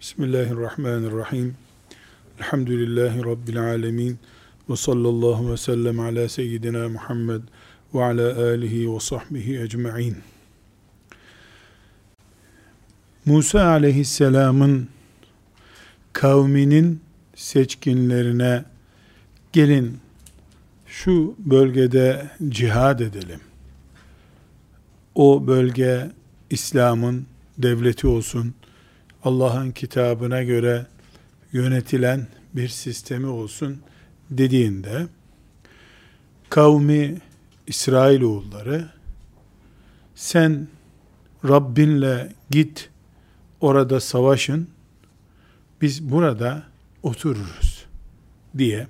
Bismillahirrahmanirrahim. Elhamdülillahi Rabbil alemin. Ve sallallahu ve sellem ala seyyidina Muhammed ve ala alihi ve sahbihi ecma'in. Musa aleyhisselamın kavminin seçkinlerine gelin şu bölgede cihad edelim. O bölge İslam'ın devleti olsun. Allah'ın kitabına göre yönetilen bir sistemi olsun dediğinde kavmi İsrailoğulları sen Rabbinle git orada savaşın biz burada otururuz diye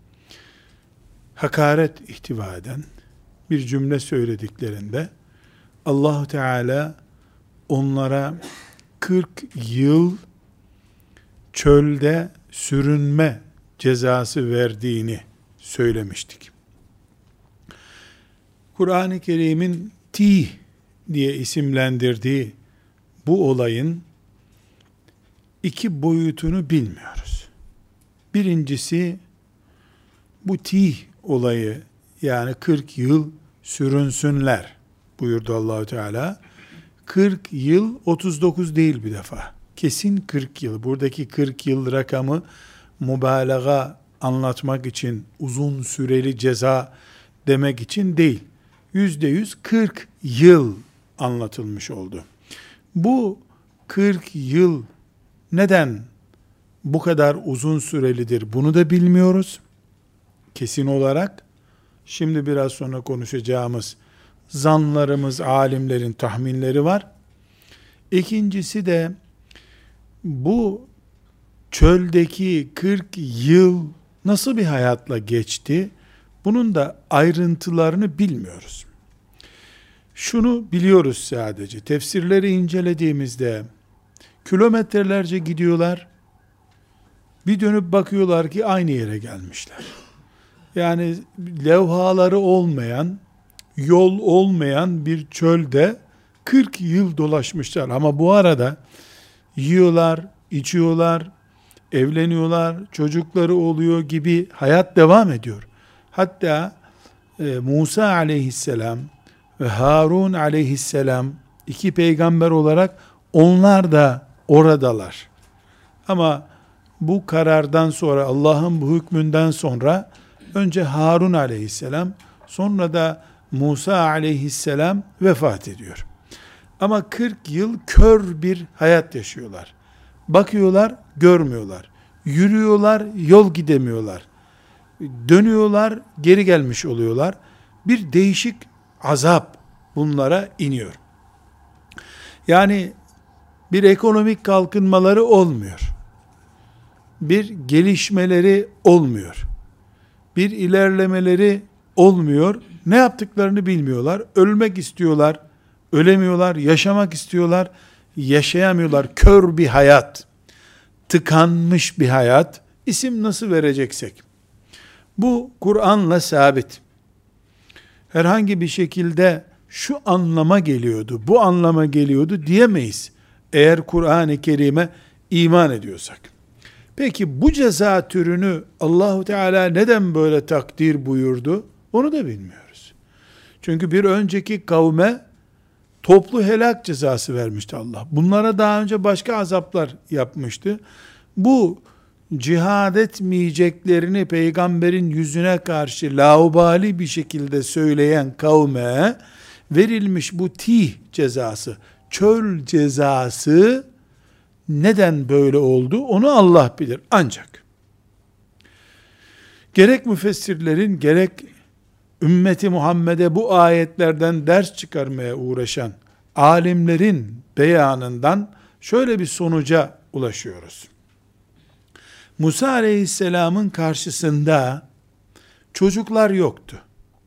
hakaret ihtiva eden bir cümle söylediklerinde Allah-u Teala onlara 40 yıl çölde sürünme cezası verdiğini söylemiştik. Kur'an-ı Kerim'in Tih diye isimlendirdiği bu olayın iki boyutunu bilmiyoruz. Birincisi bu Tih olayı, yani 40 yıl sürünsünler buyurdu Allah-u Teala. 40 yıl 39 değil bir defa. Kesin 40 yıl. Buradaki 40 yıl rakamı mübalağa anlatmak için, uzun süreli ceza demek için değil. %100 40 yıl anlatılmış oldu. Bu 40 yıl neden bu kadar uzun sürelidir? Bunu da bilmiyoruz. Kesin olarak. Şimdi biraz sonra konuşacağımız zanlarımız, alimlerin tahminleri var. İkincisi de bu çöldeki 40 yıl nasıl bir hayatla geçti? Bunun da ayrıntılarını bilmiyoruz. Şunu biliyoruz sadece. Tefsirleri incelediğimizde kilometrelerce gidiyorlar. Bir dönüp bakıyorlar ki aynı yere gelmişler. Yani levhaları olmayan, yol olmayan bir çölde 40 yıl dolaşmışlar. Ama bu arada yiyorlar, içiyorlar, evleniyorlar, çocukları oluyor gibi hayat devam ediyor. Hatta Musa aleyhisselam ve Harun aleyhisselam iki peygamber olarak onlar da oradalar. Ama bu karardan sonra, Allah'ın bu hükmünden sonra önce Harun aleyhisselam, sonra da Musa aleyhisselam vefat ediyor. Ama 40 yıl kör bir hayat yaşıyorlar. Bakıyorlar, görmüyorlar. Yürüyorlar, yol gidemiyorlar. Dönüyorlar, geri gelmiş oluyorlar. Bir değişik azap bunlara iniyor. Yani bir ekonomik kalkınmaları olmuyor. Bir gelişmeleri olmuyor. Bir ilerlemeleri olmuyor. Ne yaptıklarını bilmiyorlar. Ölmek istiyorlar. Ölemiyorlar. Yaşamak istiyorlar. Yaşayamıyorlar. Kör bir hayat. Tıkanmış bir hayat. İsim nasıl vereceksek. Bu Kur'an'la sabit. Herhangi bir şekilde şu anlama geliyordu, bu anlama geliyordu diyemeyiz. Eğer Kur'an-ı Kerim'e iman ediyorsak. Peki bu ceza türünü Allahu Teala neden böyle takdir buyurdu? Onu da bilmiyoruz. Çünkü bir önceki kavme toplu helak cezası vermişti Allah. Bunlara daha önce başka azaplar yapmıştı. Bu cihad etmeyeceklerini peygamberin yüzüne karşı laubali bir şekilde söyleyen kavme verilmiş bu tih cezası, çöl cezası neden böyle oldu? Onu Allah bilir. Ancak gerek müfessirlerin gerek ümmeti Muhammed'e bu ayetlerden ders çıkarmaya uğraşan alimlerin beyanından şöyle bir sonuca ulaşıyoruz. Musa aleyhisselamın karşısında çocuklar yoktu.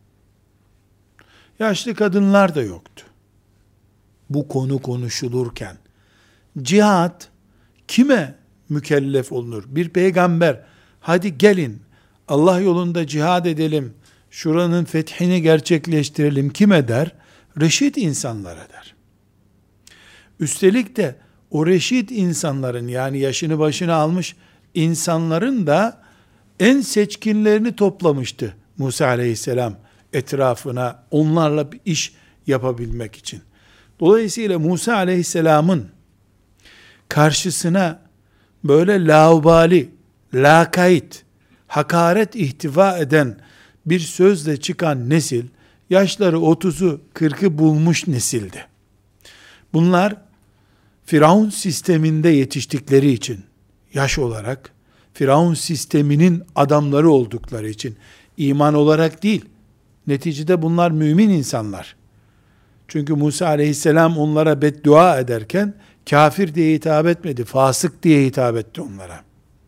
Yaşlı kadınlar da yoktu. Bu konu konuşulurken cihad kime mükellef olunur? Bir peygamber hadi gelin Allah yolunda cihad edelim, şuranın fethini gerçekleştirelim kime der? Reşit insanlara der. Üstelik de o reşit insanların, yani yaşını başına almış insanların da en seçkinlerini toplamıştı Musa aleyhisselam etrafına, onlarla bir iş yapabilmek için. Dolayısıyla Musa aleyhisselamın karşısına böyle laubali, lakayt, hakaret ihtiva eden bir sözle çıkan nesil, yaşları 30'u 40'ı bulmuş nesildi. Bunlar Firavun sisteminde yetiştikleri için, yaş olarak Firavun sisteminin adamları oldukları için, iman olarak değil, neticede bunlar mümin insanlar. Çünkü Musa aleyhisselam onlara beddua ederken kafir diye hitap etmedi, fasık diye hitap etti onlara.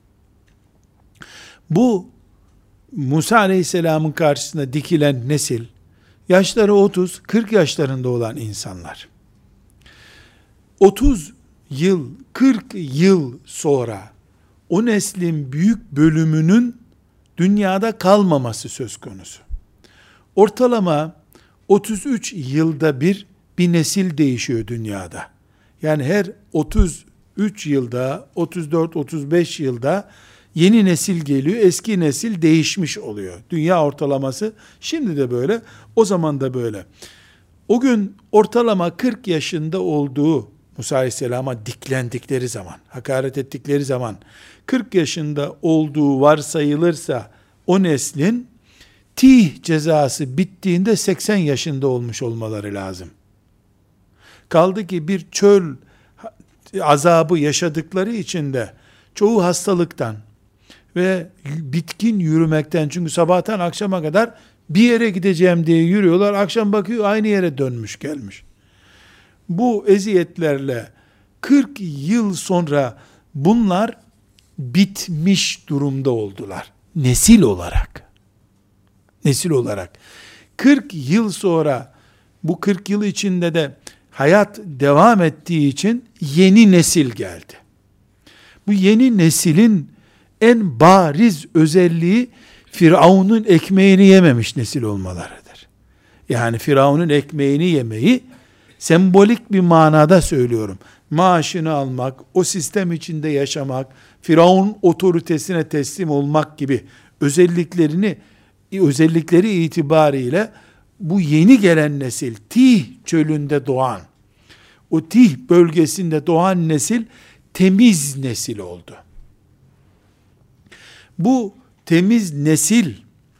Bu Musa aleyhisselamın karşısında dikilen nesil, yaşları 30-40 yaşlarında olan insanlar. 30 yıl, 40 yıl sonra o neslin büyük bölümünün dünyada kalmaması söz konusu. Ortalama 33 yılda bir nesil değişiyor dünyada. Yani her 33 yılda, 34-35 yılda yeni nesil geliyor, eski nesil değişmiş oluyor. Dünya ortalaması şimdi de böyle, o zaman da böyle. O gün ortalama 40 yaşında olduğu Musa Aleyhisselam'a diklendikleri zaman, hakaret ettikleri zaman 40 yaşında olduğu varsayılırsa o neslin tih cezası bittiğinde 80 yaşında olmuş olmaları lazım. Kaldı ki bir çöl azabı yaşadıkları için de çoğu hastalıktan ve bitkin yürümekten, çünkü sabahtan akşama kadar bir yere gideceğim diye yürüyorlar, akşam bakıyor aynı yere dönmüş gelmiş. Bu eziyetlerle 40 yıl sonra bunlar bitmiş durumda oldular. Nesil olarak. Nesil olarak. 40 yıl sonra, bu 40 yıl içinde de hayat devam ettiği için yeni nesil geldi. Bu yeni neslin en bariz özelliği Firavun'un ekmeğini yememiş nesil olmalarıdır. Yani Firavun'un ekmeğini yemeyi sembolik bir manada söylüyorum. Maaşını almak, o sistem içinde yaşamak, Firavun otoritesine teslim olmak gibi özellikleri itibariyle bu yeni gelen nesil, Tih çölünde doğan, o Tih bölgesinde doğan nesil temiz nesil oldu. Bu temiz nesil,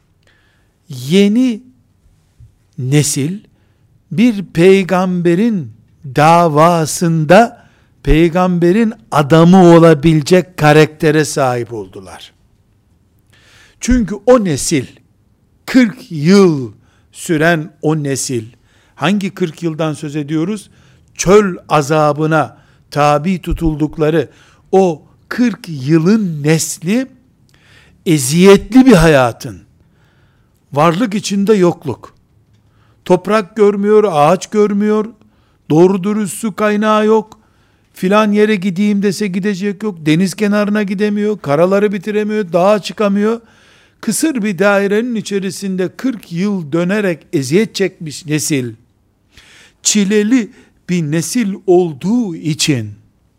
yeni nesil, bir peygamberin davasında peygamberin adamı olabilecek karaktere sahip oldular. Çünkü o nesil, 40 yıl süren o nesil, hangi 40 yıldan söz ediyoruz? Çöl azabına tabi tutuldukları o 40 yılın nesli, eziyetli bir hayatın, varlık içinde yokluk, toprak görmüyor, ağaç görmüyor, doğru dürüst su kaynağı yok, filan yere gideyim dese gidecek yok, deniz kenarına gidemiyor, karaları bitiremiyor, dağa çıkamıyor, kısır bir dairenin içerisinde 40 yıl dönerek eziyet çekmiş nesil, çileli bir nesil olduğu için,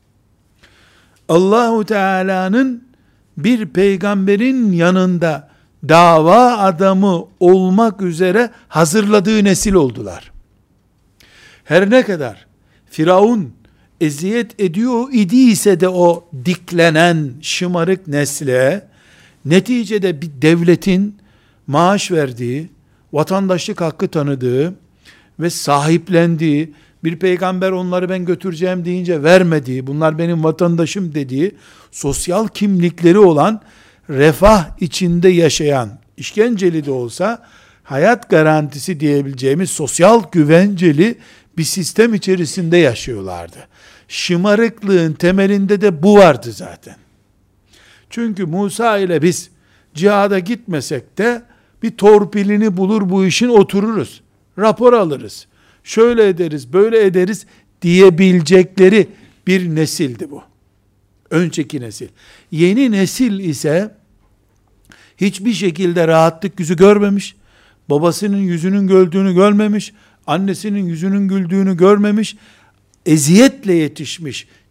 Allahu Teala'nın bir peygamberin yanında dava adamı olmak üzere hazırladığı nesil oldular. Her ne kadar Firavun eziyet ediyor idiyse de o diklenen şımarık nesle, neticede bir devletin maaş verdiği, vatandaşlık hakkı tanıdığı ve sahiplendiği, bir peygamber onları ben götüreceğim deyince vermediği, bunlar benim vatandaşım dediği, sosyal kimlikleri olan, refah içinde yaşayan, işkenceli de olsa, hayat garantisi diyebileceğimiz sosyal güvenceli bir sistem içerisinde yaşıyorlardı. Şımarıklığın temelinde de bu vardı zaten. Çünkü Musa ile biz cihada gitmesek de bir torpilini bulur bu işin, otururuz. Rapor alırız. Şöyle ederiz, böyle ederiz diyebilecekleri bir nesildi bu. Önceki nesil. Yeni nesil ise hiçbir şekilde rahatlık yüzü görmemiş, babasının yüzünün güldüğünü görmemiş, annesinin yüzünün güldüğünü görmemiş, eziyetle yetişmiş,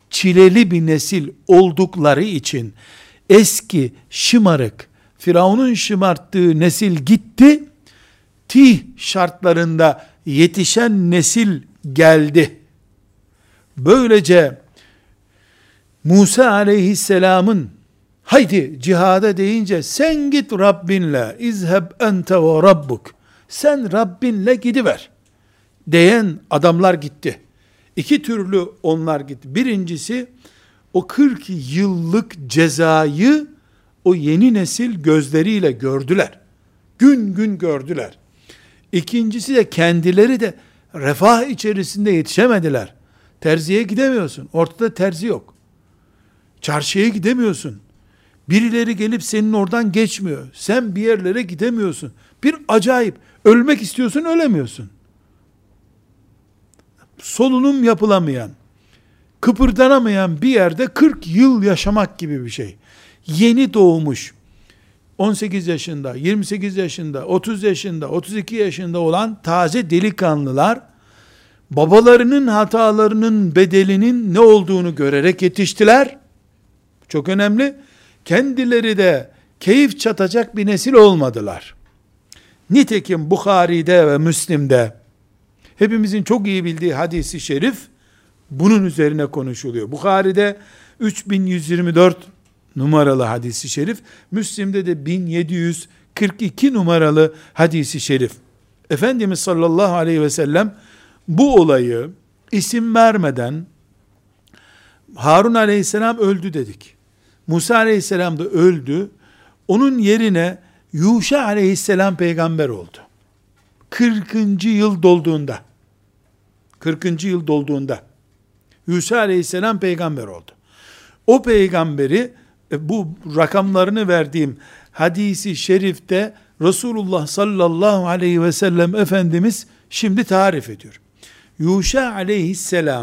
çileli bir nesil oldukları için eski şımarık, Firavun'un şımarttığı nesil gitti, tih şartlarında yetişen nesil geldi. Böylece Musa aleyhisselamın haydi cihada deyince sen git Rabbinle, izheb ente ve rabbuk, sen Rabbinle gidiver diyen adamlar gitti. İki türlü onlar gitti. Birincisi, o 40 yıllık cezayı o yeni nesil gözleriyle gördüler. Gün gün gördüler. İkincisi de kendileri de refah içerisinde yetişemediler. Terziye gidemiyorsun. Ortada terzi yok. Çarşıya gidemiyorsun. Birileri gelip senin oradan geçmiyor. Sen bir yerlere gidemiyorsun. Bir acayip. Ölmek istiyorsun, ölemiyorsun. Solunum yapılamayan, kıpırdanamayan bir yerde 40 yıl yaşamak gibi bir şey. Yeni doğmuş, 18 yaşında, 28 yaşında, 30 yaşında, 32 yaşında olan taze delikanlılar, babalarının hatalarının bedelinin ne olduğunu görerek yetiştiler. Çok önemli. Kendileri de keyif çatacak bir nesil olmadılar. Nitekim Bukhari'de ve Müslim'de hepimizin çok iyi bildiği hadisi şerif bunun üzerine konuşuluyor. Bukhari'de 3124 numaralı hadisi şerif, Müslim'de de 1742 numaralı hadisi şerif. Efendimiz sallallahu aleyhi ve sellem bu olayı isim vermeden Harun aleyhisselam öldü dedik. Musa aleyhisselam da öldü. Onun yerine Yuşa aleyhisselam peygamber oldu. 40. yıl dolduğunda 40. yıl dolduğunda Yuşa aleyhisselam peygamber oldu. O peygamberi bu rakamlarını verdiğim hadisi şerifte Resulullah sallallahu aleyhi ve sellem Efendimiz şimdi tarif ediyor. Yuşa aleyhisselam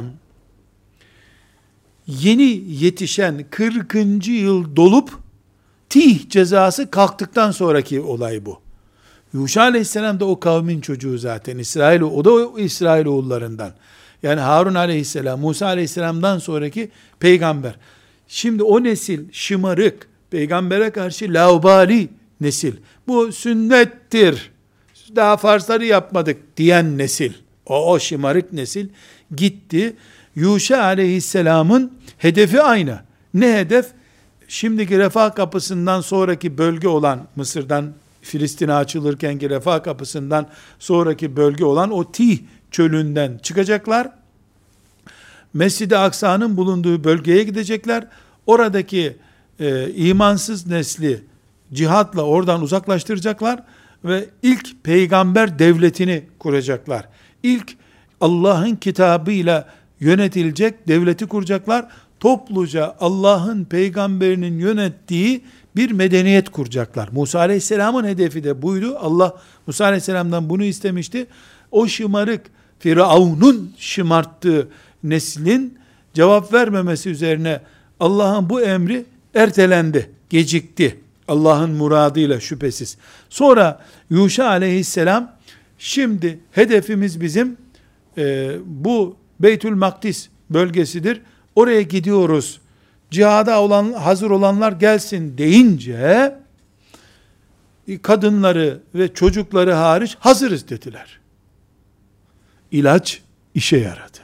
yeni yetişen 40. yıl dolup tih cezası kalktıktan sonraki olay bu. Yuşa aleyhisselam da o kavmin çocuğu zaten. O da o İsrailoğullarından. Yani Harun aleyhisselam, Musa aleyhisselamdan sonraki peygamber. Şimdi o nesil şımarık, peygambere karşı laubali nesil. Bu sünnettir, daha farzları yapmadık diyen nesil. O şımarık nesil gitti. Yuşa aleyhisselamın hedefi aynı. Ne hedef? Şimdiki Refah Kapısı'ndan sonraki bölge olan, Mısır'dan Filistin'e açılırkenki Refah Kapısı'ndan sonraki bölge olan o Tih çölünden çıkacaklar. Mescid-i Aksa'nın bulunduğu bölgeye gidecekler. Oradaki imansız nesli cihatla oradan uzaklaştıracaklar ve ilk peygamber devletini kuracaklar. İlk Allah'ın kitabıyla yönetilecek devleti kuracaklar. Topluca Allah'ın peygamberinin yönettiği bir medeniyet kuracaklar. Musa aleyhisselamın hedefi de buydu. Allah Musa aleyhisselamdan bunu istemişti. O şımarık Firavun'un şımarttığı neslin cevap vermemesi üzerine Allah'ın bu emri ertelendi, gecikti. Allah'ın muradıyla şüphesiz. Sonra Yuşa aleyhisselam, şimdi hedefimiz bizim bu Beytül Makdis bölgesidir. Oraya gidiyoruz. Cihada hazır olanlar gelsin deyince kadınları ve çocukları hariç hazırız dediler. İlaç işe yaradı.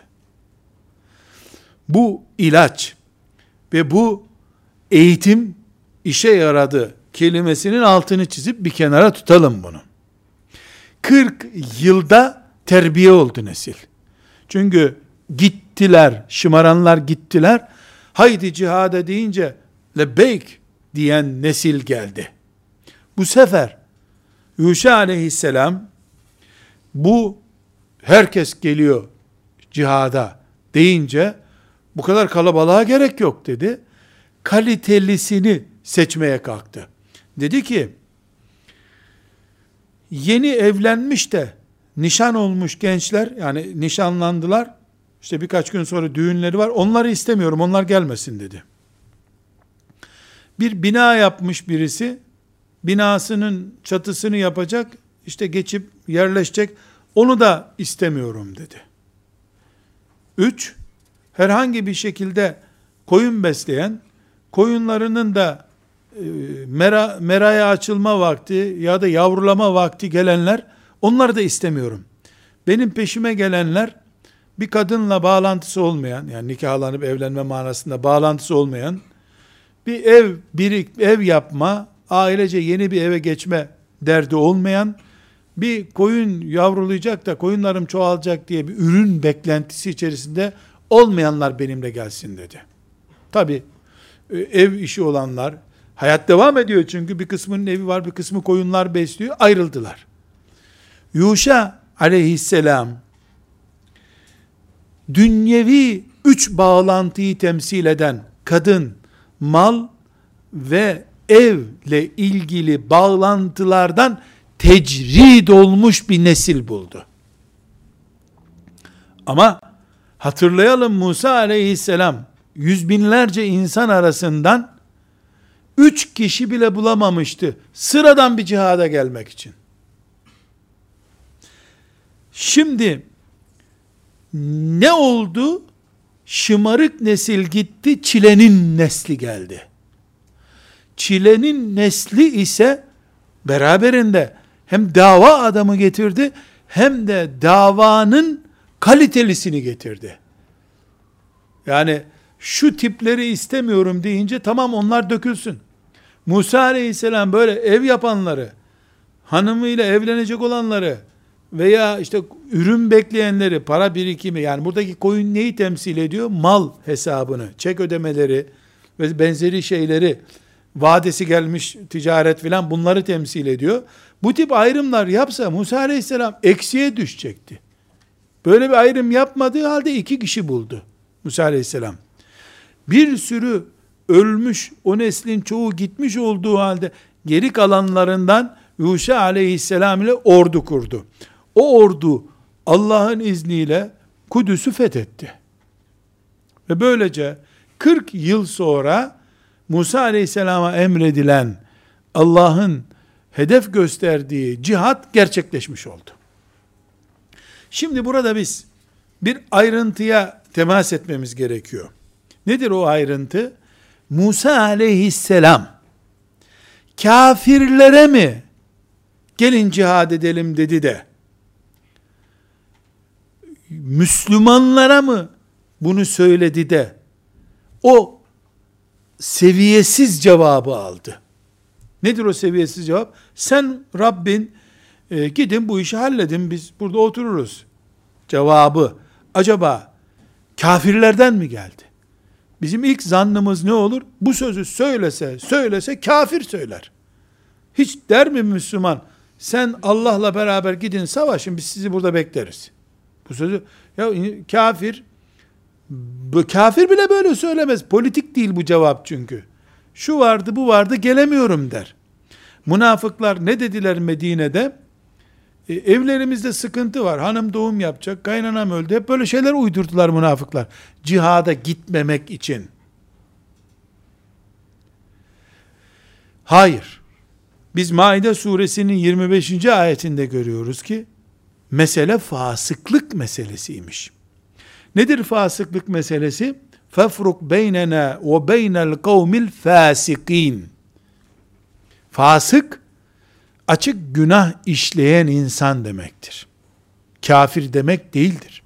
Bu ilaç ve bu eğitim işe yaradı kelimesinin altını çizip bir kenara tutalım bunu. 40 yılda terbiye oldu nesil. Çünkü gittiler, şımaranlar gittiler. Haydi cihada deyince lebbeyk diyen nesil geldi. Bu sefer Yuşa aleyhisselam bu herkes geliyor cihada deyince bu kadar kalabalığa gerek yok dedi. Kalitelisini seçmeye kalktı. Dedi ki yeni evlenmiş de nişan olmuş gençler, yani nişanlandılar, İşte birkaç gün sonra düğünleri var, onları istemiyorum, onlar gelmesin dedi. Bir bina yapmış birisi, binasının çatısını yapacak, işte geçip yerleşecek, onu da istemiyorum dedi. 3, herhangi bir şekilde koyun besleyen, koyunlarının da meraya açılma vakti ya da yavrulama vakti gelenler, onları da istemiyorum. Benim peşime gelenler, bir kadınla bağlantısı olmayan, yani nikahlanıp evlenme manasında bağlantısı olmayan, bir ev yapma, ailece yeni bir eve geçme derdi olmayan, bir koyun yavrulayacak da koyunlarım çoğalacak diye bir ürün beklentisi içerisinde olmayanlar benimle gelsin dedi. Tabi ev işi olanlar, hayat devam ediyor çünkü bir kısmının evi var, bir kısmı koyunlar besliyor, ayrıldılar. Yuşa aleyhisselam dünyevi 3 bağlantıyı temsil eden kadın, mal ve evle ilgili bağlantılardan tecrid olmuş bir nesil buldu. Ama hatırlayalım, Musa aleyhisselam yüz binlerce insan arasından 3 kişi bile bulamamıştı sıradan bir cihada gelmek için. Şimdi ne oldu? Şımarık nesil gitti, çilenin nesli geldi. Çilenin nesli ise beraberinde hem dava adamı getirdi, hem de davanın kalitelisini getirdi. Yani şu tipleri istemiyorum deyince, tamam onlar dökülsün. Musa aleyhisselam böyle ev yapanları, hanımıyla evlenecek olanları veya işte ürün bekleyenleri, para birikimi, yani buradaki koyun neyi temsil ediyor? Mal hesabını, çek ödemeleri ve benzeri şeyleri, vadesi gelmiş ticaret filan, bunları temsil ediyor. Bu tip ayrımlar yapsa Musa aleyhisselam eksiye düşecekti. Böyle bir ayrım yapmadığı halde 2 kişi buldu Musa aleyhisselam. Bir sürü ölmüş, o neslin çoğu gitmiş olduğu halde geri kalanlarından Yuşa aleyhisselam ile ordu kurdu. O ordu Allah'ın izniyle Kudüs'ü fethetti. Ve böylece 40 yıl sonra Musa aleyhisselama emredilen, Allah'ın hedef gösterdiği cihat gerçekleşmiş oldu. Şimdi burada biz bir ayrıntıya temas etmemiz gerekiyor. Nedir o ayrıntı? Musa aleyhisselam kafirlere mi gelin cihad edelim dedi de Müslümanlara mı bunu söyledi de o seviyesiz cevabı aldı? Nedir o seviyesiz cevap? Sen Rabbin gidin bu işi halledin, biz burada otururuz cevabı acaba kafirlerden mi geldi? Bizim ilk zannımız ne olur? Bu sözü söylese kafir söyler. Hiç der mi Müslüman, sen Allah'la beraber gidin savaşın, biz sizi burada bekleriz. Bu sözü kafir bile böyle söylemez. Politik değil bu cevap çünkü. Şu vardı, bu vardı, gelemiyorum der. Münafıklar ne dediler Medine'de? Evlerimizde sıkıntı var, hanım doğum yapacak, kaynanam öldü. Hep böyle şeyler uydurdular münafıklar. Cihada gitmemek için. Hayır. Biz Maide suresinin 25. ayetinde görüyoruz ki, mesele fasıklık meselesiymiş. Nedir fasıklık meselesi? فَفْرُقْ بَيْنَنَا وَبَيْنَ الْقَوْمِ الْفَاسِقِينَ. Fasık, açık günah işleyen insan demektir. Kafir demek değildir.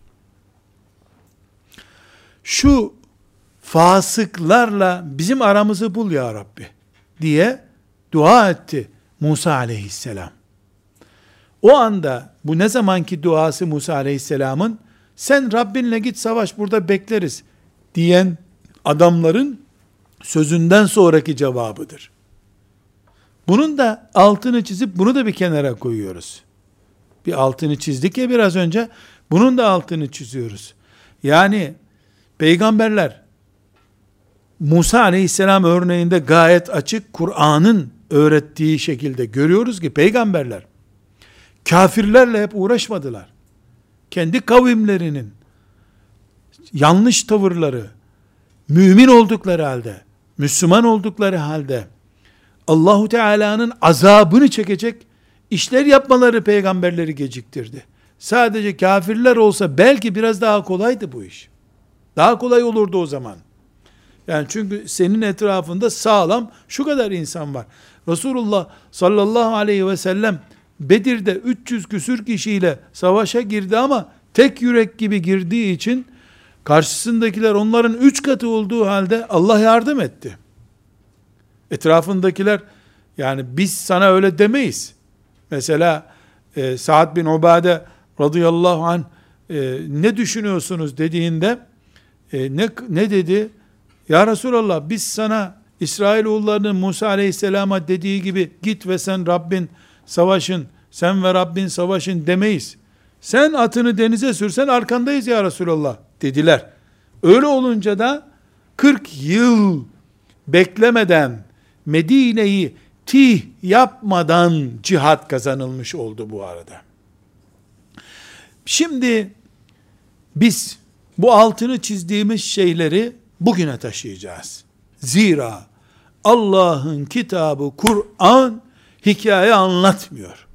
Şu fasıklarla bizim aramızı bul ya Rabbi diye dua etti Musa aleyhisselam. O anda, bu ne zamanki duası Musa aleyhisselamın, sen Rabbinle git savaş, burada bekleriz diyen adamların sözünden sonraki cevabıdır. Bunun da altını çizip bunu da bir kenara koyuyoruz. Bir altını çizdik ya biraz önce, bunun da altını çiziyoruz. Yani peygamberler, Musa aleyhisselam örneğinde gayet açık, Kur'an'ın öğrettiği şekilde görüyoruz ki peygamberler kafirlerle hep uğraşmadılar. Kendi kavimlerinin yanlış tavırları, mümin oldukları halde, Müslüman oldukları halde Allahu Teala'nın azabını çekecek işler yapmaları peygamberleri geciktirdi. Sadece kafirler olsa belki biraz daha kolaydı bu iş. Daha kolay olurdu o zaman. Yani çünkü senin etrafında sağlam şu kadar insan var. Resulullah sallallahu aleyhi ve sellem Bedir'de 300 küsür kişiyle savaşa girdi ama tek yürek gibi girdiği için karşısındakiler onların 3 katı olduğu halde Allah yardım etti. Etrafındakiler, yani biz sana öyle demeyiz. Mesela Sa'd bin Ubade radıyallahu anh ne düşünüyorsunuz dediğinde ne dedi? Ya Resulallah, biz sana İsrailoğullarının Musa aleyhisselama dediği gibi git ve sen Rabbin savaşın, sen ve Rabbin savaşın demeyiz. Sen atını denize sürsen arkandayız ya Resulallah dediler. Öyle olunca da 40 yıl beklemeden, Medine'yi tih yapmadan cihat kazanılmış oldu bu arada. Şimdi biz bu altını çizdiğimiz şeyleri bugüne taşıyacağız. Zira Allah'ın kitabı Kur'an hikaye anlatmıyor.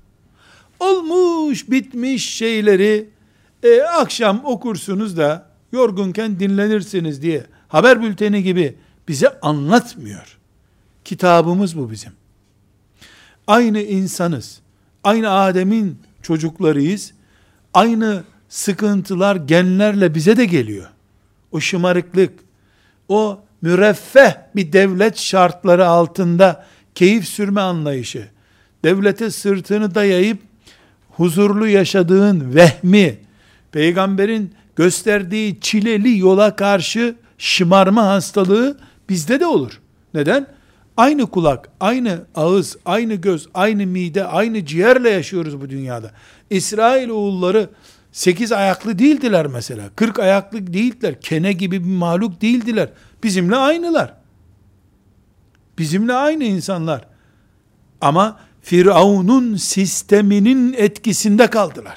Olmuş bitmiş şeyleri akşam okursunuz da yorgunken dinlenirsiniz diye haber bülteni gibi bize anlatmıyor. Kitabımız bu bizim. Aynı insanız. Aynı Adem'in çocuklarıyız. Aynı sıkıntılar genlerle bize de geliyor. O şımarıklık, o müreffeh bir devlet şartları altında keyif sürme anlayışı, devlete sırtını dayayıp huzurlu yaşadığın vehmi, peygamberin gösterdiği çileli yola karşı şımarma hastalığı bizde de olur. Neden? Aynı kulak, aynı ağız, aynı göz, aynı mide, aynı ciğerle yaşıyoruz bu dünyada. İsrailoğulları 8 ayaklı değildiler mesela. 40 ayaklı değildiler. Kene gibi bir mahluk değildiler. Bizimle aynılar. Bizimle aynı insanlar. Ama Firavun'un sisteminin etkisinde kaldılar.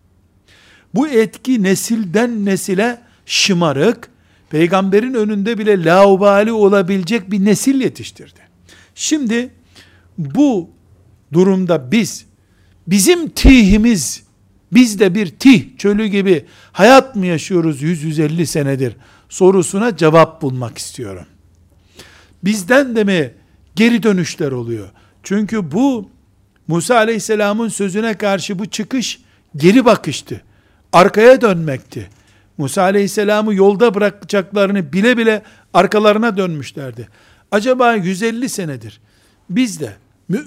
Bu etki nesilden nesile şımarık, peygamberin önünde bile laubali olabilecek bir nesil yetiştirdi. Şimdi bu durumda bizim tihimiz, biz de bir tih çölü gibi hayat mı yaşıyoruz 100-150 senedir sorusuna cevap bulmak istiyorum. Bizden de mi geri dönüşler oluyor? Çünkü bu Musa aleyhisselamın sözüne karşı bu çıkış geri bakıştı. Arkaya dönmekti. Musa aleyhisselamı yolda bırakacaklarını bile bile arkalarına dönmüşlerdi. Acaba 150 senedir biz de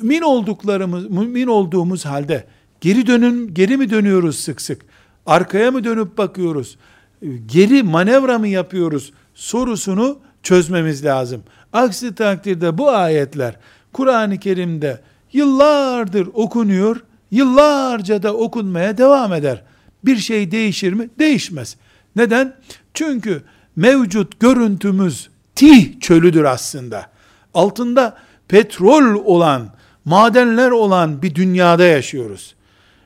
mümin olduğumuz halde geri mi dönüyoruz sık sık? Arkaya mı dönüp bakıyoruz? Geri manevra mı yapıyoruz? Sorusunu çözmemiz lazım. Aksi takdirde bu ayetler Kur'an-ı Kerim'de yıllardır okunuyor, yıllarca da okunmaya devam eder. Bir şey değişir mi? Değişmez. Neden? Çünkü mevcut görüntümüz tih çölüdür aslında. Altında petrol olan, madenler olan bir dünyada yaşıyoruz.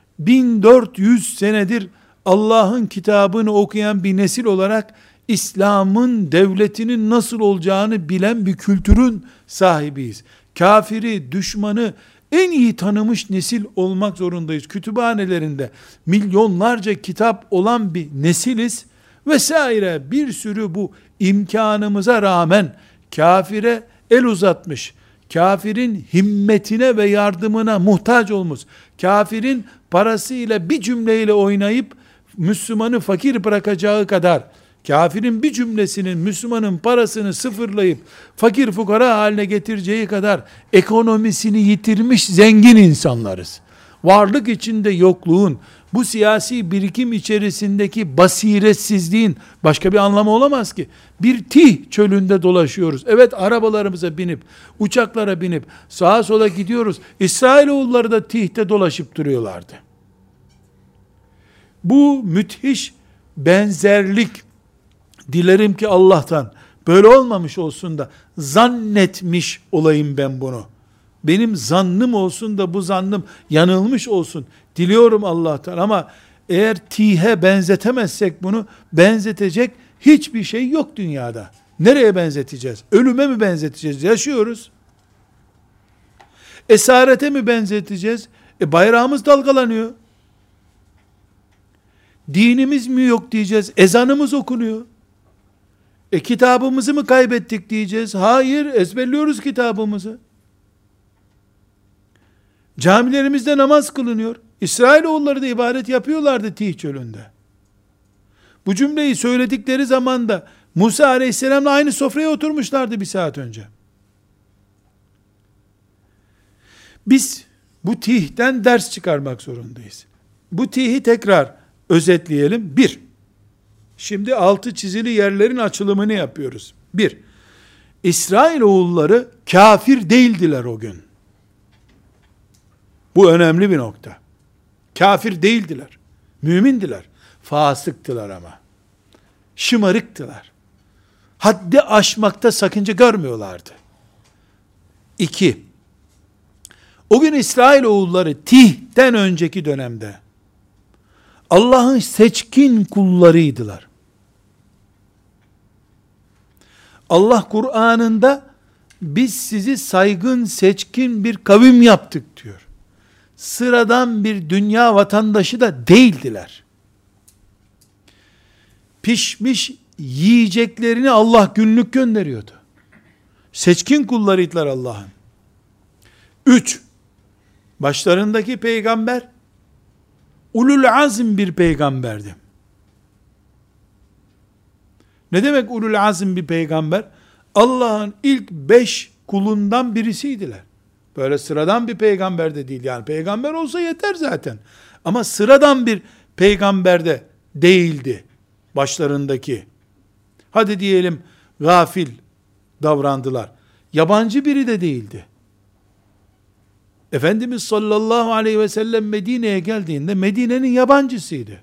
1400 senedir Allah'ın kitabını okuyan bir nesil olarak İslam'ın devletinin nasıl olacağını bilen bir kültürün sahibiyiz. Kafiri, düşmanı en iyi tanımış nesil olmak zorundayız. Kütüphanelerinde milyonlarca kitap olan bir nesiliz vesaire. Bir sürü bu imkanımıza rağmen kafire el uzatmış, kafirin himmetine ve yardımına muhtaç olmuş, kafirin parasıyla bir cümleyle oynayıp Müslümanı fakir bırakacağı kadar, kafirin bir cümlesinin Müslümanın parasını sıfırlayıp fakir fukara haline getireceği kadar ekonomisini yitirmiş zengin insanlarız. Varlık içinde yokluğun, bu siyasi birikim içerisindeki basiretsizliğin başka bir anlamı olamaz ki. Bir tih çölünde dolaşıyoruz. Evet, arabalarımıza binip, uçaklara binip sağa sola gidiyoruz. İsrailoğulları da tihte dolaşıp duruyorlardı. Bu müthiş benzerlik, dilerim ki Allah'tan böyle olmamış olsun da zannetmiş olayım ben bunu. Benim zannım olsun da bu zannım yanılmış olsun. Diliyorum Allah'tan, ama eğer tihe benzetemezsek bunu, benzetecek hiçbir şey yok dünyada. Nereye benzeteceğiz? Ölüme mi benzeteceğiz? Yaşıyoruz. Esarete mi benzeteceğiz? Bayrağımız dalgalanıyor. Dinimiz mi yok diyeceğiz? Ezanımız okunuyor. Kitabımızı mı kaybettik diyeceğiz? Hayır, ezberliyoruz kitabımızı. Camilerimizde namaz kılınıyor. İsrailoğulları da ibadet yapıyorlardı Tih çölünde. Bu cümleyi söyledikleri zaman da Musa aleyhisselamla aynı sofraya oturmuşlardı bir saat önce. Biz bu Tih'ten ders çıkarmak zorundayız. Bu Tih'i tekrar özetleyelim. 1. Şimdi altı çizili yerlerin açılımını yapıyoruz. 1. İsrailoğulları kafir değildiler o gün. Bu önemli bir nokta. Kafir değildiler. Mümindiler. Fasıktılar ama. Şımarıktılar. Haddi aşmakta sakınca görmüyorlardı. 2. O gün İsrailoğulları Tih'ten önceki dönemde Allah'ın seçkin kullarıydılar. Allah Kur'an'ında biz sizi saygın, seçkin bir kavim yaptık diyor. Sıradan bir dünya vatandaşı da değildiler. Pişmiş yiyeceklerini Allah günlük gönderiyordu. Seçkin kullarıydılar Allah'ın. 3. Başlarındaki peygamber ulul azm bir peygamberdi. Ne demek ulul azm bir peygamber? Allah'ın ilk 5 kulundan birisiydiler. Böyle sıradan bir peygamber de değil. Yani peygamber olsa yeter zaten. Ama sıradan bir peygamber de değildi başlarındaki. Hadi diyelim gafil davrandılar. Yabancı biri de değildi. Efendimiz sallallahu aleyhi ve sellem Medine'ye geldiğinde Medine'nin yabancısıydı.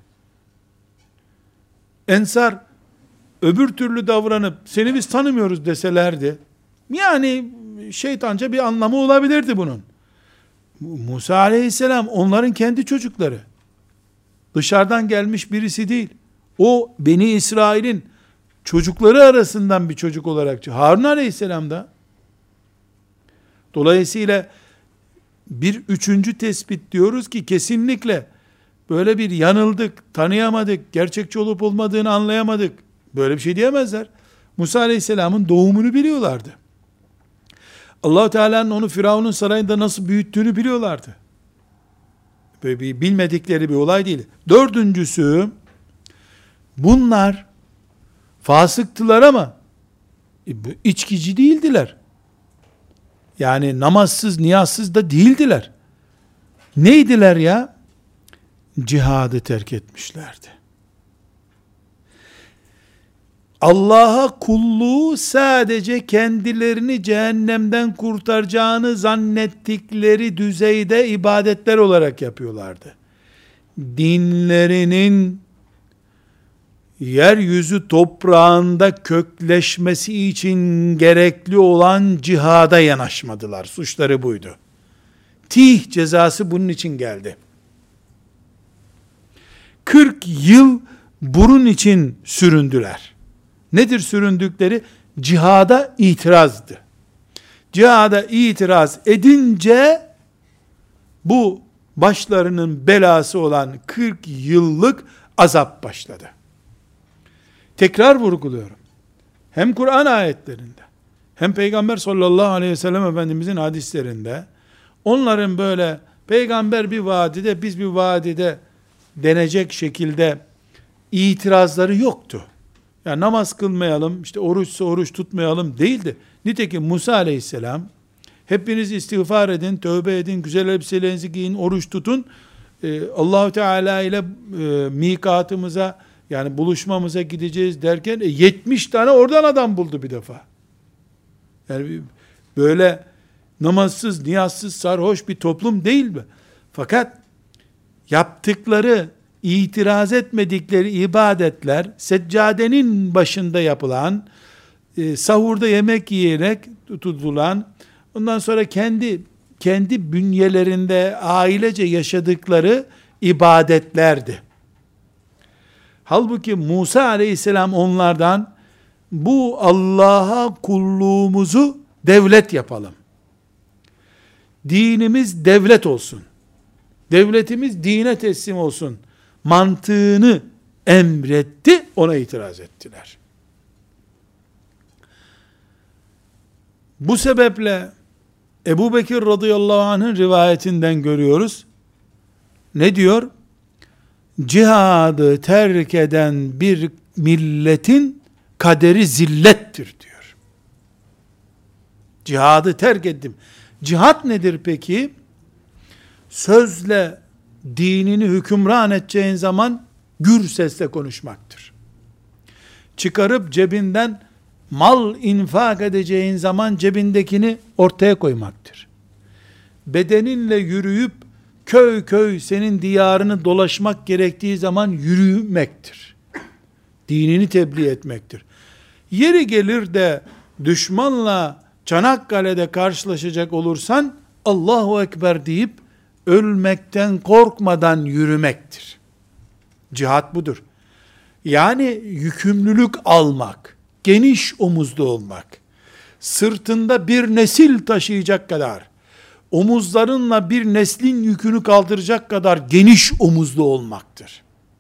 Ensar öbür türlü davranıp seni biz tanımıyoruz deselerdi, yani şeytanca bir anlamı olabilirdi bunun. Musa aleyhisselam onların kendi çocukları. Dışarıdan gelmiş birisi değil. O Beni İsrail'in çocukları arasından bir çocuk olarak. Harun aleyhisselam da. Dolayısıyla bir üçüncü tespit diyoruz ki kesinlikle böyle bir yanıldık, tanıyamadık, gerçekçi olup olmadığını anlayamadık. Böyle bir şey diyemezler. Musa aleyhisselamın doğumunu biliyorlardı. Allah-u Teala'nın onu Firavun'un sarayında nasıl büyüttüğünü biliyorlardı. Böyle bir bilmedikleri bir olay değil. Dördüncüsü, bunlar fasıktılar ama içkici değildiler. Yani namazsız, niyazsız da değildiler. Neydiler ya? Cihadı terk etmişlerdi. Allah'a kulluğu sadece kendilerini cehennemden kurtaracağını zannettikleri düzeyde ibadetler olarak yapıyorlardı. Dinlerinin yeryüzü toprağında kökleşmesi için gerekli olan cihada yanaşmadılar. Suçları buydu. Tih cezası bunun için geldi. 40 yıl bunun için süründüler. Nedir süründükleri? Cihada itirazdı. Cihada itiraz edince bu başlarının belası olan 40 yıllık azap başladı. Tekrar vurguluyorum. Hem Kur'an ayetlerinde hem Peygamber sallallahu aleyhi ve sellem Efendimizin hadislerinde onların böyle peygamber bir vadide biz bir vadide denecek şekilde itirazları yoktu. Ya namaz kılmayalım, işte oruçsa oruç tutmayalım değildi. Nitekim Musa aleyhisselam hepiniz istiğfar edin, tövbe edin, güzel elbiselerinizi giyin, oruç tutun. Allah-u Teala ile mikatımıza yani buluşmamıza gideceğiz derken 70 tane oradan adam buldu bir defa. Yani böyle namazsız, niyazsız, sarhoş bir toplum değil mi? Fakat yaptıkları, itiraz etmedikleri ibadetler, seccadenin başında yapılan, sahurda yemek yiyerek tutulan, ondan sonra kendi bünyelerinde ailece yaşadıkları ibadetlerdi. Halbuki Musa aleyhisselam onlardan bu Allah'a kulluğumuzu devlet yapalım. Dinimiz devlet olsun. Devletimiz dine teslim olsun. Mantığını emretti, ona itiraz ettiler. Bu sebeple Ebu Bekir radıyallahu anh'ın rivayetinden görüyoruz. Ne diyor? Cihadı terk eden bir milletin kaderi zillettir diyor. Cihadı terk ettim. Cihat nedir peki? Sözle dinini hükümran edeceğin zaman gür sesle konuşmaktır. Çıkarıp cebinden mal infak edeceğin zaman cebindekini ortaya koymaktır. Bedeninle yürüyüp köy köy senin diyarını dolaşmak gerektiği zaman yürümektir. Dinini tebliğ etmektir. Yeri gelir de düşmanla Çanakkale'de karşılaşacak olursan Allahu Ekber deyip ölmekten korkmadan yürümektir. Cihat budur. Yani yükümlülük almak, geniş omuzlu olmak, sırtında bir nesil taşıyacak kadar, omuzlarınla bir neslin yükünü kaldıracak kadar geniş omuzlu olmaktır.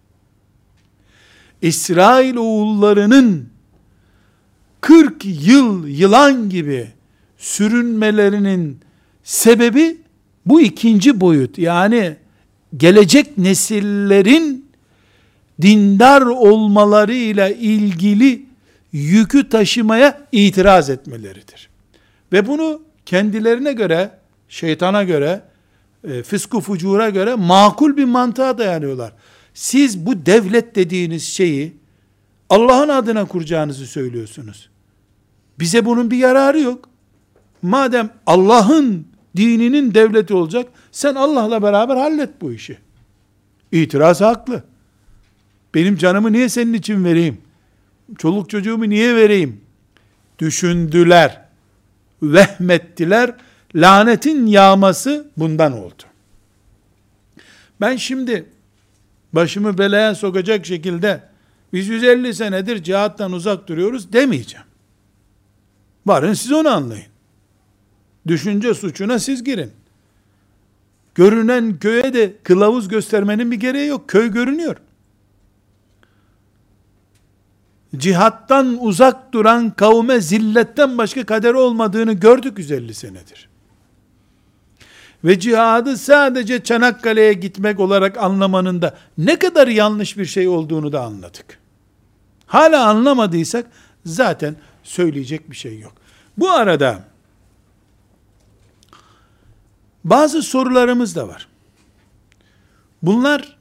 İsrail oğullarının 40 yıl yılan gibi sürünmelerinin sebebi bu ikinci boyut. Yani gelecek nesillerin dindar olmalarıyla ilgili yükü taşımaya itiraz etmeleridir. Ve bunu kendilerine göre, şeytana göre, fısk-ı fucura göre makul bir mantığa dayanıyorlar. Siz bu devlet dediğiniz şeyi Allah'ın adına kuracağınızı söylüyorsunuz. Bize bunun bir yararı yok. Madem Allah'ın dininin devleti olacak, sen Allah'la beraber hallet bu işi. İtiraz haklı. Benim canımı niye senin için vereyim? Çoluk çocuğumu niye vereyim? Düşündüler, vehmettiler, lanetin yağması bundan oldu. Ben şimdi başımı belaya sokacak şekilde biz 150 senedir cihattan uzak duruyoruz demeyeceğim. Varın siz onu anlayın. Düşünce suçuna siz girin. Görünen köye de kılavuz göstermenin bir gereği yok. Köy görünüyor. Cihattan uzak duran kavme zilletten başka kader olmadığını gördük 150 senedir. Ve cihadı sadece Çanakkale'ye gitmek olarak anlamanın da ne kadar yanlış bir şey olduğunu da anladık. Hala anlamadıysak zaten söyleyecek bir şey yok. Bu arada bazı sorularımız da var. Bunlar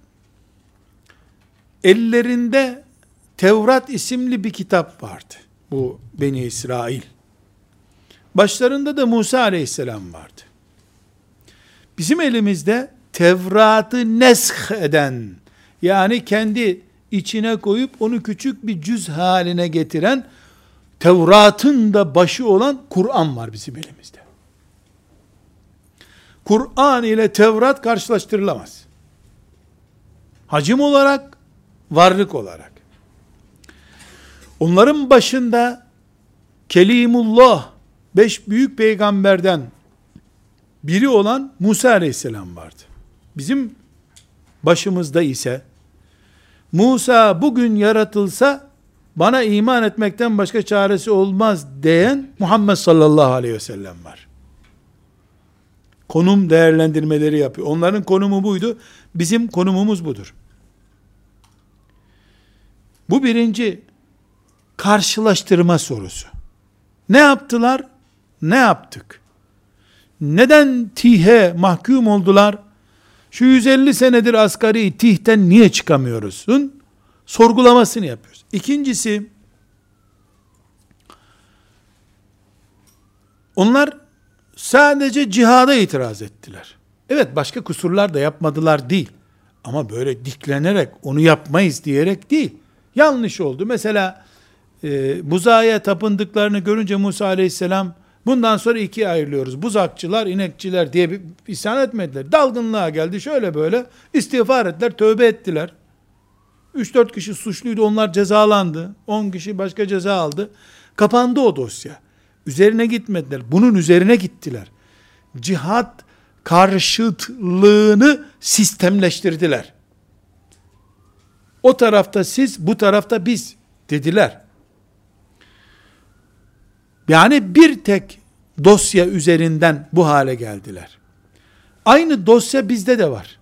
ellerinde Tevrat isimli bir kitap vardı. Bu Beni İsrail. Başlarında da Musa aleyhisselam vardı. Bizim elimizde Tevrat'ı nesh eden, yani kendi içine koyup onu küçük bir cüz haline getiren, Tevrat'ın da başı olan Kur'an var bizim elimizde. Kur'an ile Tevrat karşılaştırılamaz. Hacim olarak, varlık olarak. Onların başında Kelimullah, 5 büyük peygamberden biri olan Musa aleyhisselam vardı. Bizim başımızda ise Musa bugün yaratılsa bana iman etmekten başka çaresi olmaz diyen Muhammed sallallahu aleyhi ve sellem var. Konum değerlendirmeleri yapıyor. Onların konumu buydu. Bizim konumumuz budur. Bu birinci karşılaştırma sorusu. Ne yaptılar? Ne yaptık? Neden tihe mahkum oldular? Şu 150 senedir asgari tihten niye çıkamıyoruzun sorgulamasını yapıyoruz. İkincisi, onlar sadece cihada itiraz ettiler. Evet, başka kusurlar da yapmadılar değil. Ama böyle diklenerek onu yapmayız diyerek değil. Yanlış oldu. Mesela buzağa tapındıklarını görünce Musa aleyhisselam bundan sonra ikiye ayrılıyoruz. Buzakçılar, inekçiler diye bir isyan etmediler. Dalgınlığa geldi. Şöyle böyle istiğfar ettiler, tövbe ettiler. 3-4 kişi suçluydu. Onlar cezalandı. 10 kişi başka ceza aldı. Kapandı o dosya. Üzerine gitmediler. Bunun üzerine gittiler. Cihat karşıtlığını sistemleştirdiler. O tarafta siz, bu tarafta biz dediler. Yani bir tek dosya üzerinden bu hale geldiler. Aynı dosya bizde de var.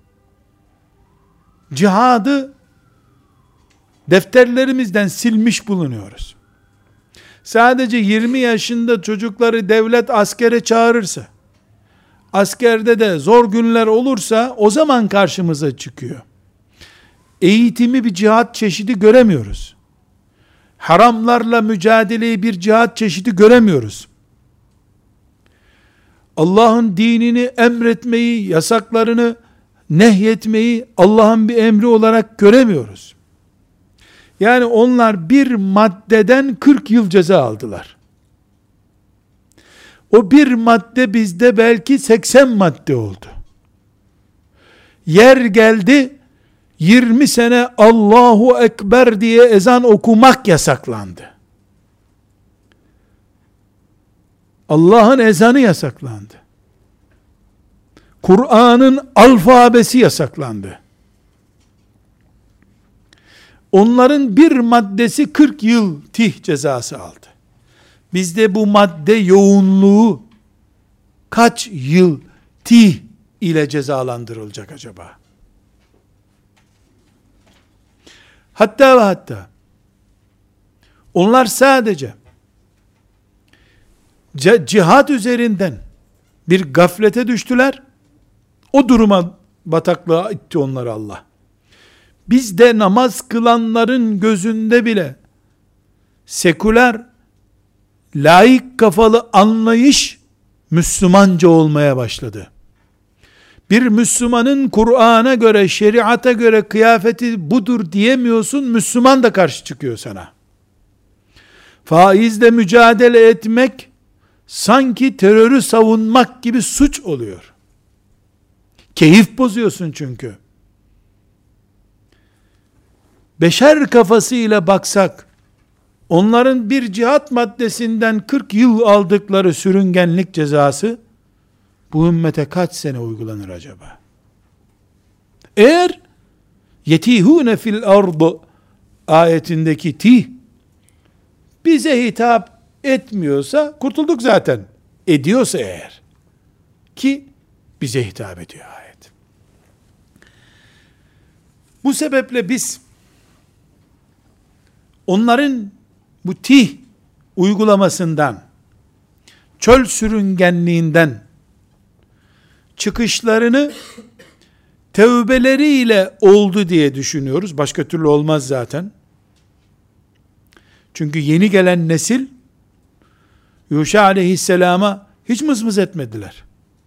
Cihadı defterlerimizden silmiş bulunuyoruz. Sadece 20 yaşında çocukları devlet askere çağırırsa, askerde de zor günler olursa o zaman karşımıza çıkıyor. Eğitimi bir cihat çeşidi göremiyoruz. Haramlarla mücadeleyi bir cihat çeşidi göremiyoruz. Allah'ın dinini emretmeyi, yasaklarını nehyetmeyi Allah'ın bir emri olarak göremiyoruz. Yani onlar bir maddeden 40 yıl ceza aldılar. O bir madde bizde belki 80 madde oldu. Yer geldi, 20 sene Allahu Ekber diye ezan okumak yasaklandı. Allah'ın ezanı yasaklandı. Kur'an'ın alfabesi yasaklandı. Onların bir maddesi 40 yıl tih cezası aldı. Bizde bu madde yoğunluğu kaç yıl tih ile cezalandırılacak acaba? Hatta ve hatta onlar sadece cihat üzerinden bir gaflete düştüler. O duruma, bataklığa itti onları Allah. Bizde namaz kılanların gözünde bile seküler, laik kafalı anlayış Müslümanca olmaya başladı. Bir Müslümanın Kur'an'a göre, şeriata göre kıyafeti budur diyemiyorsun, Müslüman da karşı çıkıyor sana. Faizle mücadele etmek sanki terörü savunmak gibi suç oluyor. Keyif bozuyorsun çünkü. Beşer kafasıyla baksak, onların bir cihat maddesinden 40 yıl aldıkları sürüngenlik cezası, bu ümmete kaç sene uygulanır acaba? Eğer yetihune fil ardı ayetindeki tih bize hitap etmiyorsa kurtulduk zaten. Ediyorsa eğer, ki bize hitap ediyor ayet. Bu sebeple biz onların bu tih uygulamasından, çöl sürüngenliğinden çıkışlarını tevbeleriyle oldu diye düşünüyoruz. Başka türlü olmaz zaten. Çünkü yeni gelen nesil Yuşa aleyhisselama hiç mızmız etmediler.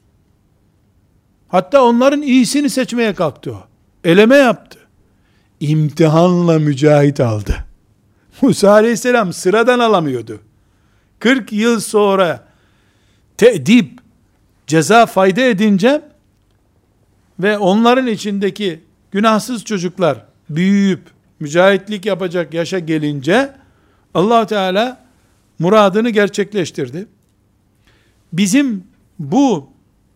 Hatta onların iyisini seçmeye kalktı o. Eleme yaptı. İmtihanla mücahit aldı. Musa aleyhisselam sıradan alamıyordu. 40 yıl sonra te'dip, ceza fayda edince ve onların içindeki günahsız çocuklar büyüyüp mücahitlik yapacak yaşa gelince Allah Teala muradını gerçekleştirdi. Bizim bu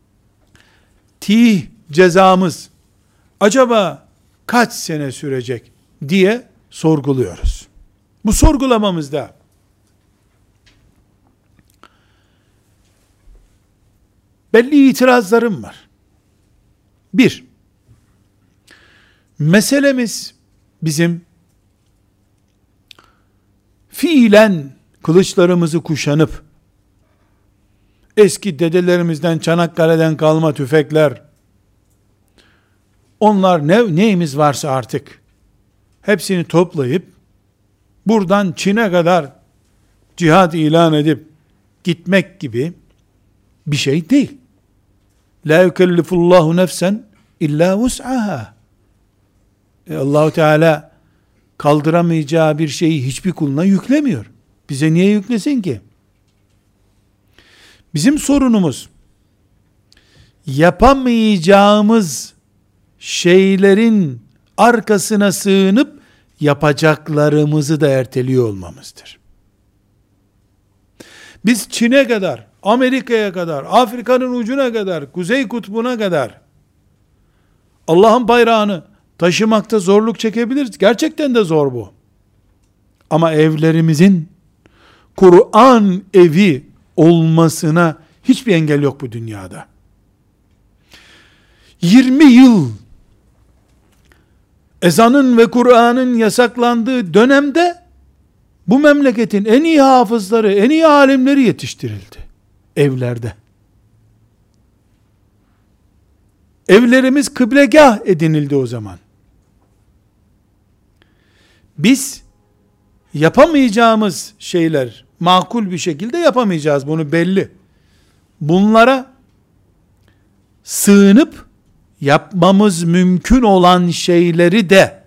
tih cezamız acaba kaç sene sürecek diye sorguluyoruz. Bu sorgulamamızda belli itirazlarım var. Bir, meselemiz bizim fiilen kılıçlarımızı kuşanıp eski dedelerimizden Çanakkale'den kalma tüfekler, onlar neyimiz varsa artık hepsini toplayıp buradan Çin'e kadar cihad ilan edip gitmek gibi bir şey değil. La yukellifullahu nefsen illa vus'aha. Allah-u Teala kaldıramayacağı bir şeyi hiçbir kuluna yüklemiyor. Bize niye yüklesin ki? Bizim sorunumuz yapamayacağımız şeylerin arkasına sığınıp yapacaklarımızı da erteliyor olmamızdır. Biz Çin'e kadar, Amerika'ya kadar, Afrika'nın ucuna kadar, Kuzey Kutbu'na kadar Allah'ın bayrağını taşımakta zorluk çekebiliriz. Gerçekten de zor bu. Ama evlerimizin Kur'an evi olmasına hiçbir engel yok bu dünyada. 20 yıl ezanın ve Kur'an'ın yasaklandığı dönemde bu memleketin en iyi hafızları, en iyi alimleri yetiştirildi evlerde. Evlerimiz kıblegah edinildi o zaman. Biz yapamayacağımız şeyler, makul bir şekilde yapamayacağız, bunu belli. Bunlara sığınıp yapmamız mümkün olan şeyleri de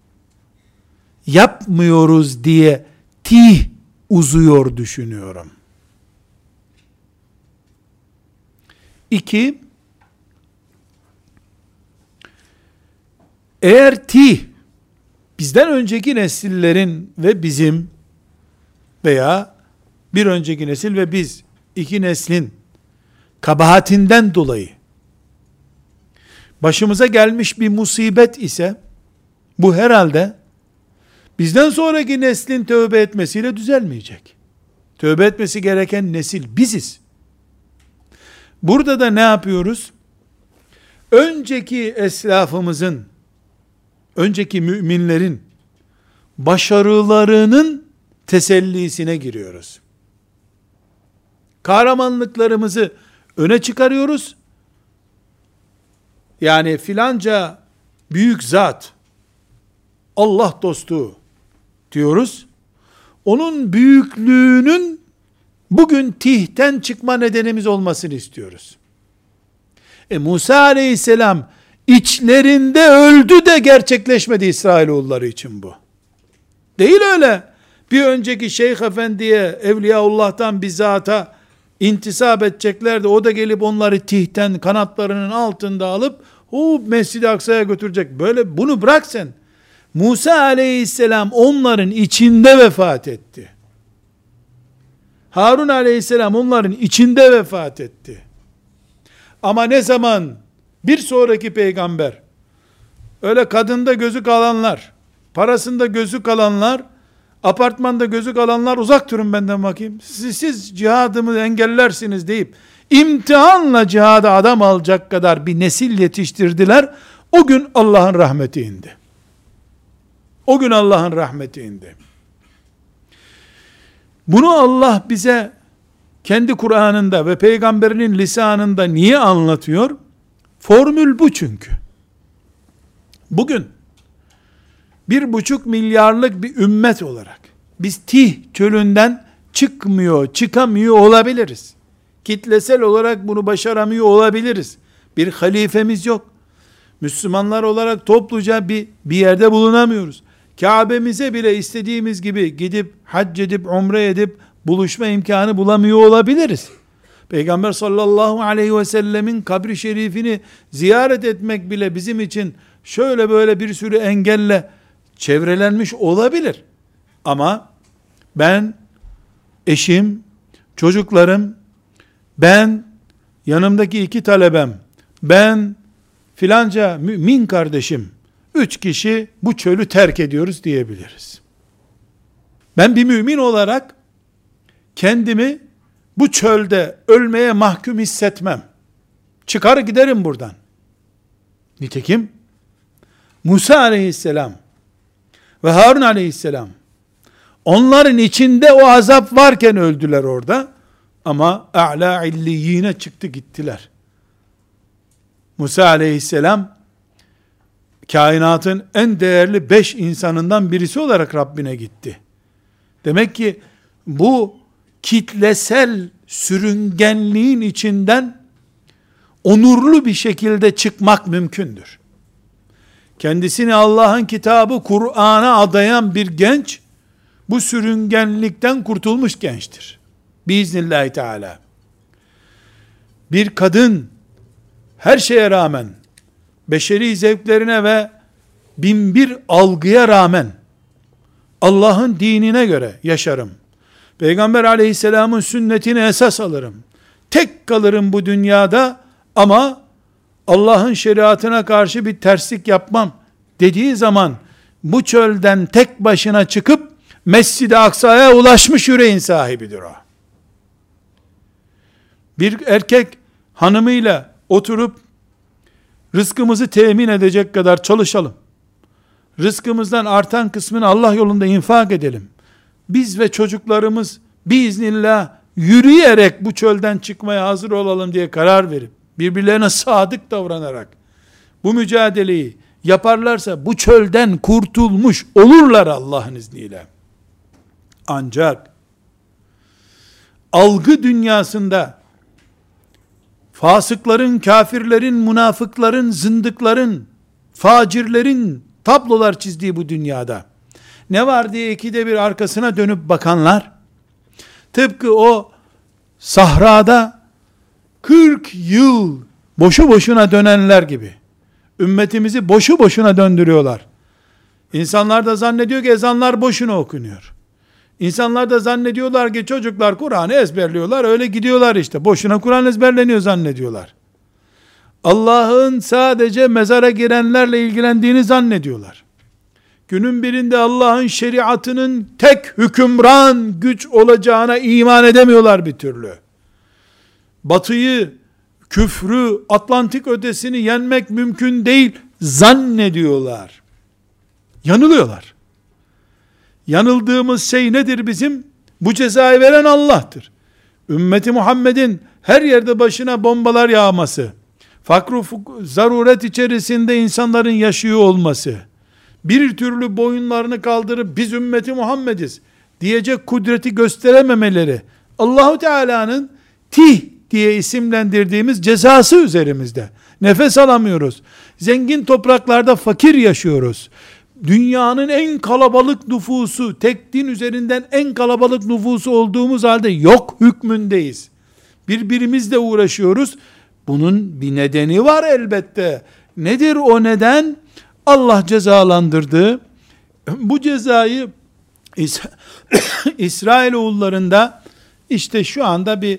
yapmıyoruz diye tih uzuyor düşünüyorum. 2, eğer tih bizden önceki nesillerin ve bizim veya bir önceki nesil ve biz iki neslin kabahatinden dolayı başımıza gelmiş bir musibet ise bu herhalde bizden sonraki neslin tövbe etmesiyle düzelmeyecek. Tövbe etmesi gereken nesil biziz. Burada da ne yapıyoruz? Önceki eslafımızın, önceki müminlerin başarılarının tesellisine giriyoruz. Kahramanlıklarımızı öne çıkarıyoruz. Yani filanca büyük zat, Allah dostu diyoruz. Onun büyüklüğünün bugün tihten çıkma nedenimiz olmasını istiyoruz. Musa aleyhisselam içlerinde öldü de gerçekleşmedi İsrailoğulları için bu. Değil öyle. Bir önceki şeyh efendiye, Evliyaullah'tan bir zata intisap edecekler de o da gelip onları tihten kanatlarının altında alıp Mescid-i Aksa'ya götürecek. Böyle bunu bırak sen. Musa aleyhisselam onların içinde vefat etti. Harun aleyhisselam onların içinde vefat etti. Ama ne zaman bir sonraki peygamber, öyle kadında gözü kalanlar, parasında gözü kalanlar, apartmanda gözü kalanlar uzak durun benden bakayım. Siz cihadımı engellersiniz deyip imtihanla cihada adam alacak kadar bir nesil yetiştirdiler. O gün Allah'ın rahmeti indi. O gün Allah'ın rahmeti indi. Bunu Allah bize kendi Kur'an'ında ve peygamberinin lisanında niye anlatıyor? Formül bu çünkü. Bugün 1,5 milyarlık bir ümmet olarak biz Tih çölünden çıkamıyor olabiliriz. Kitlesel olarak bunu başaramıyor olabiliriz. Bir halifemiz yok. Müslümanlar olarak topluca bir yerde bulunamıyoruz. Kabe'mize bile istediğimiz gibi gidip hac edip umre edip buluşma imkanı bulamıyor olabiliriz. Peygamber sallallahu aleyhi ve sellemin kabri şerifini ziyaret etmek bile bizim için şöyle böyle bir sürü engelle çevrelenmiş olabilir. Ama ben, eşim, çocuklarım, ben, yanımdaki 2 talebem, ben, filanca mümin kardeşim, 3 kişi bu çölü terk ediyoruz diyebiliriz. Ben bir mümin olarak kendimi bu çölde ölmeye mahkum hissetmem. Çıkar giderim buradan. Nitekim Musa aleyhisselam ve Harun aleyhisselam onların içinde o azap varken öldüler orada, ama a'la illiyine çıktı gittiler. Musa aleyhisselam kainatın en değerli 5 insanından birisi olarak Rabbine gitti. Demek ki bu kitlesel sürüngenliğin içinden onurlu bir şekilde çıkmak mümkündür. Kendisini Allah'ın kitabı Kur'an'a adayan bir genç, bu sürüngenlikten kurtulmuş gençtir. Biiznillahü Teala. Bir kadın, her şeye rağmen, beşeri zevklerine ve binbir algıya rağmen, Allah'ın dinine göre yaşarım. Peygamber aleyhisselamın sünnetini esas alırım. Tek kalırım bu dünyada ama Allah'ın şeriatına karşı bir terslik yapmam dediği zaman, bu çölden tek başına çıkıp Mescid-i Aksa'ya ulaşmış yüreğin sahibidir o. Bir erkek hanımıyla oturup rızkımızı temin edecek kadar çalışalım. Rızkımızdan artan kısmını Allah yolunda infak edelim. Biz ve çocuklarımız biiznillah yürüyerek bu çölden çıkmaya hazır olalım diye karar verip, birbirlerine sadık davranarak bu mücadeleyi yaparlarsa bu çölden kurtulmuş olurlar Allah'ın izniyle. Ancak algı dünyasında fasıkların, kafirlerin, münafıkların, zındıkların, facirlerin tablolar çizdiği bu dünyada ne var diye ikide bir arkasına dönüp bakanlar, tıpkı o sahrada 40 yıl boşu boşuna dönenler gibi ümmetimizi boşu boşuna döndürüyorlar. İnsanlar da zannediyor ki ezanlar boşuna okunuyor. İnsanlar da zannediyorlar ki çocuklar Kur'an'ı ezberliyorlar, öyle gidiyorlar işte. Boşuna Kur'an ezberleniyor zannediyorlar. Allah'ın sadece mezara girenlerle ilgilendiğini zannediyorlar. Günün birinde Allah'ın şeriatının tek hükümran güç olacağına iman edemiyorlar bir türlü. Batıyı, küfrü, Atlantik ötesini yenmek mümkün değil zannediyorlar. Yanılıyorlar. Yanıldığımız şey nedir bizim? Bu cezayı veren Allah'tır. Ümmeti Muhammed'in her yerde başına bombalar yağması, fakr-ı zaruret içerisinde insanların yaşıyor olması, bir türlü boyunlarını kaldırıp biz ümmeti Muhammediz diyecek kudreti gösterememeleri, Allahu Teala'nın tih diye isimlendirdiğimiz cezası üzerimizde. Nefes alamıyoruz. Zengin topraklarda fakir yaşıyoruz. Dünyanın en kalabalık nüfusu, tek din üzerinden en kalabalık nüfusu olduğumuz halde yok hükmündeyiz. Birbirimizle uğraşıyoruz. Bunun bir nedeni var elbette. Nedir o neden? Allah cezalandırdı. Bu cezayı İsrailoğullarında işte şu anda bir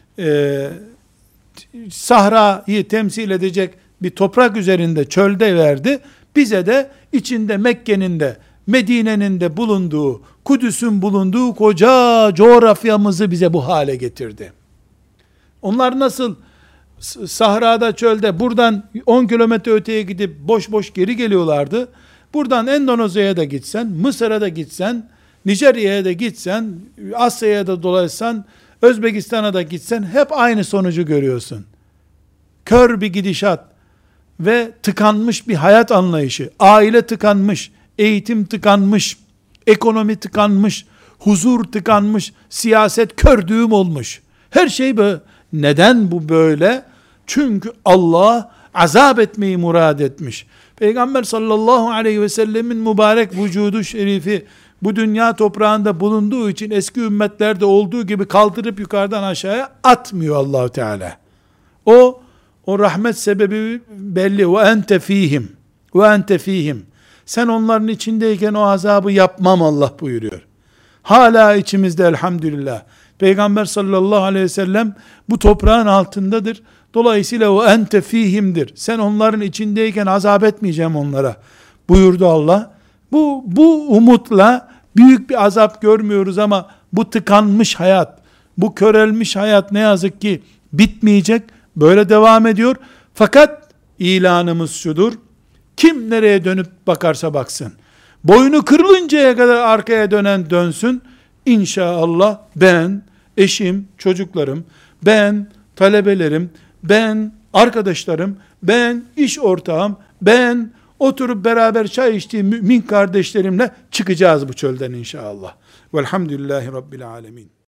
sahrayı temsil edecek bir toprak üzerinde çölde verdi. Bize de içinde Mekke'nin de Medine'nin de bulunduğu, Kudüs'ün bulunduğu koca coğrafyamızı bize bu hale getirdi. Onlar nasıl sahrada, çölde buradan 10 kilometre öteye gidip boş boş geri geliyorlardı. Buradan Endonezya'ya da gitsen, Mısır'a da gitsen, Nijerya'ya da gitsen, Asya'ya da dolaşsan, Özbekistan'a da gitsen hep aynı sonucu görüyorsun. Kör bir gidişat ve tıkanmış bir hayat anlayışı, aile tıkanmış, eğitim tıkanmış, ekonomi tıkanmış, huzur tıkanmış, siyaset kör düğüm olmuş. Her şey böyle. Neden bu böyle? Çünkü Allah azap etmeyi murad etmiş. Peygamber sallallahu aleyhi ve sellemin mübarek vücudu şerifi bu dünya toprağında bulunduğu için eski ümmetlerde olduğu gibi kaldırıp yukarıdan aşağıya atmıyor Allah Teala. O rahmet sebebi belli. Ve ente fihim. Ve ente fihim. Sen onların içindeyken o azabı yapmam Allah buyuruyor. Hala içimizde elhamdülillah. Peygamber sallallahu aleyhi ve sellem bu toprağın altındadır. Dolayısıyla o ente fihimdir. Sen onların içindeyken azap etmeyeceğim onlara buyurdu Allah. Bu umutla büyük bir azap görmüyoruz ama bu tıkanmış hayat, bu körelmiş hayat ne yazık ki bitmeyecek. Böyle devam ediyor. Fakat ilanımız şudur. Kim nereye dönüp bakarsa baksın. Boynu kırılıncaya kadar arkaya dönen dönsün. İnşallah ben, eşim, çocuklarım, ben, talebelerim, ben, arkadaşlarım, ben, iş ortağım, ben, oturup beraber çay içtiğim mümin kardeşlerimle çıkacağız bu çölden inşallah. Velhamdülillahi Rabbil alemin.